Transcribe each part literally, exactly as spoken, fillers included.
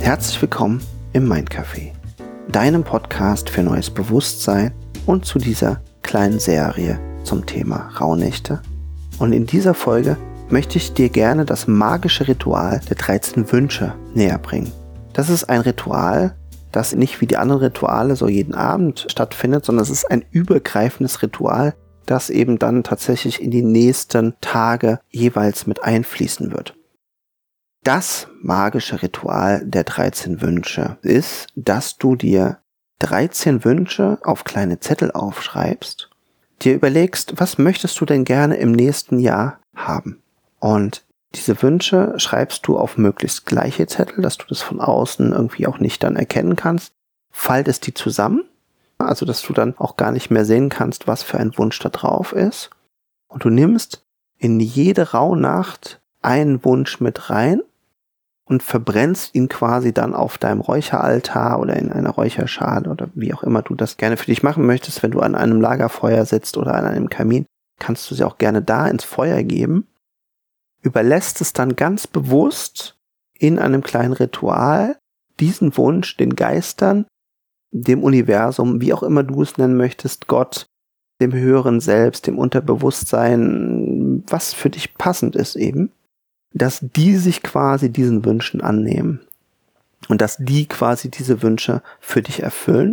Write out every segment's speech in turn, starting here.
Herzlich willkommen im Mindcafé, deinem Podcast für neues Bewusstsein und zu dieser kleinen Serie zum Thema Rauhnächte. Und in dieser Folge möchte ich dir gerne das magische Ritual der dreizehn Wünsche näher bringen. Das ist ein Ritual, das nicht wie die anderen Rituale so jeden Abend stattfindet, sondern es ist ein übergreifendes Ritual, das eben dann tatsächlich in die nächsten Tage jeweils mit einfließen wird. Das magische Ritual der dreizehn Wünsche ist, dass du dir dreizehn Wünsche auf kleine Zettel aufschreibst, dir überlegst, was möchtest du denn gerne im nächsten Jahr haben? Und diese Wünsche schreibst du auf möglichst gleiche Zettel, dass du das von außen irgendwie auch nicht dann erkennen kannst, faltest die zusammen, also dass du dann auch gar nicht mehr sehen kannst, was für ein Wunsch da drauf ist. Und du nimmst in jede Rauhnacht einen Wunsch mit rein und verbrennst ihn quasi dann auf deinem Räucheraltar oder in einer Räucherschale oder wie auch immer du das gerne für dich machen möchtest. Wenn du an einem Lagerfeuer sitzt oder an einem Kamin, kannst du sie auch gerne da ins Feuer geben. Überlässt es dann ganz bewusst in einem kleinen Ritual diesen Wunsch den Geistern, dem Universum, wie auch immer du es nennen möchtest, Gott, dem höheren Selbst, dem Unterbewusstsein, was für dich passend ist eben, dass die sich quasi diesen Wünschen annehmen und dass die quasi diese Wünsche für dich erfüllen.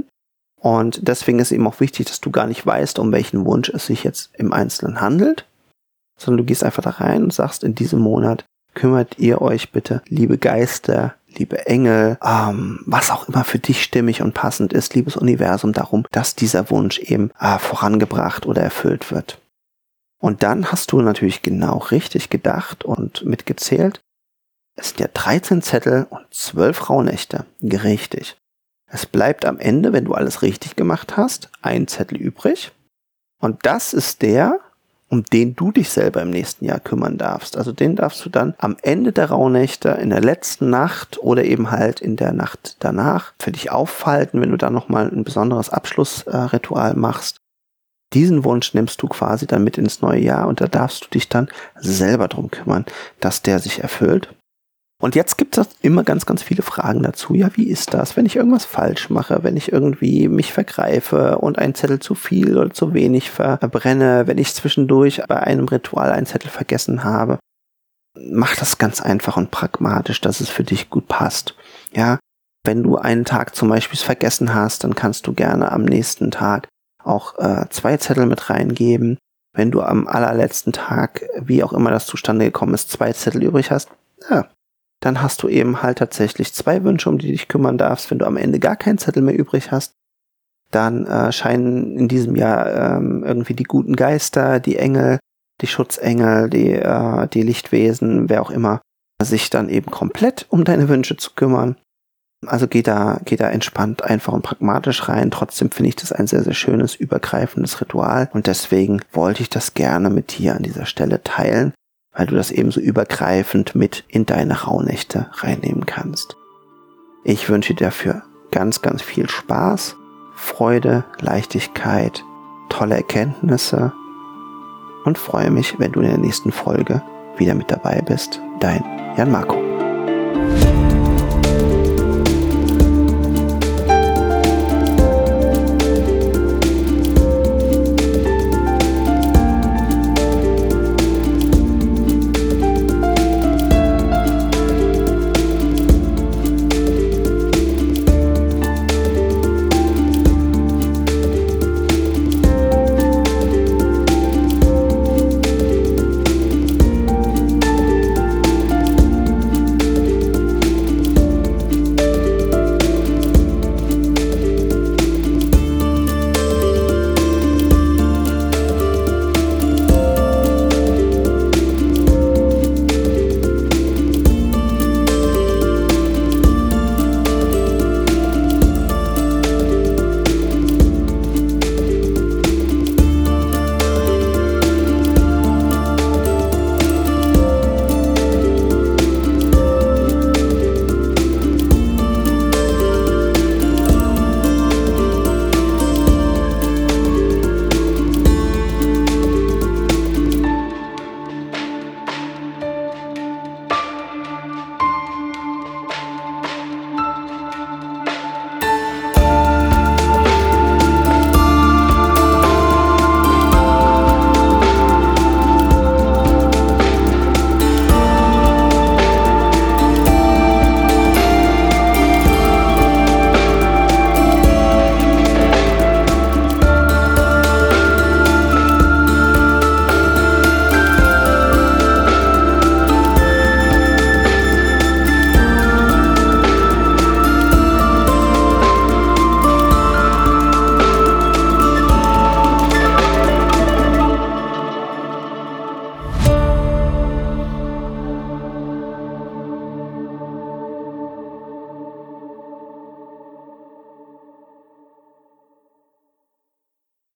Und deswegen ist eben auch wichtig, dass du gar nicht weißt, um welchen Wunsch es sich jetzt im Einzelnen handelt, sondern du gehst einfach da rein und sagst, in diesem Monat kümmert ihr euch bitte, liebe Geister, liebe Engel, ähm, was auch immer für dich stimmig und passend ist, liebes Universum, darum, dass dieser Wunsch eben äh, vorangebracht oder erfüllt wird. Und dann hast du natürlich genau richtig gedacht und mitgezählt. Es sind ja dreizehn Zettel und zwölf Rauhnächte. Richtig. Es bleibt am Ende, wenn du alles richtig gemacht hast, ein Zettel übrig. Und das ist der, um den du dich selber im nächsten Jahr kümmern darfst. Also den darfst du dann am Ende der Rauhnächte, in der letzten Nacht oder eben halt in der Nacht danach für dich auffalten, wenn du dann nochmal ein besonderes Abschlussritual machst. Diesen Wunsch nimmst du quasi dann mit ins neue Jahr und da darfst du dich dann selber drum kümmern, dass der sich erfüllt. Und jetzt gibt es immer ganz, ganz viele Fragen dazu. Ja, wie ist das, wenn ich irgendwas falsch mache, wenn ich irgendwie mich vergreife und einen Zettel zu viel oder zu wenig verbrenne, wenn ich zwischendurch bei einem Ritual einen Zettel vergessen habe? Mach das ganz einfach und pragmatisch, dass es für dich gut passt. Ja, wenn du einen Tag zum Beispiel vergessen hast, dann kannst du gerne am nächsten Tag auch äh, zwei Zettel mit reingeben. Wenn du am allerletzten Tag, wie auch immer das zustande gekommen ist, zwei Zettel übrig hast, ja, dann hast du eben halt tatsächlich zwei Wünsche, um die du dich kümmern darfst. Wenn du am Ende gar keinen Zettel mehr übrig hast, dann äh, scheinen in diesem Jahr ähm, irgendwie die guten Geister, die Engel, die Schutzengel, die, äh, die Lichtwesen, wer auch immer, sich dann eben komplett um deine Wünsche zu kümmern. Also geh da, geh da entspannt, einfach und pragmatisch rein. Trotzdem finde ich das ein sehr, sehr schönes, übergreifendes Ritual. Und deswegen wollte ich das gerne mit dir an dieser Stelle teilen, weil du das eben so übergreifend mit in deine Rauhnächte reinnehmen kannst. Ich wünsche dir dafür ganz, ganz viel Spaß, Freude, Leichtigkeit, tolle Erkenntnisse und freue mich, wenn du in der nächsten Folge wieder mit dabei bist. Dein Jan Marco.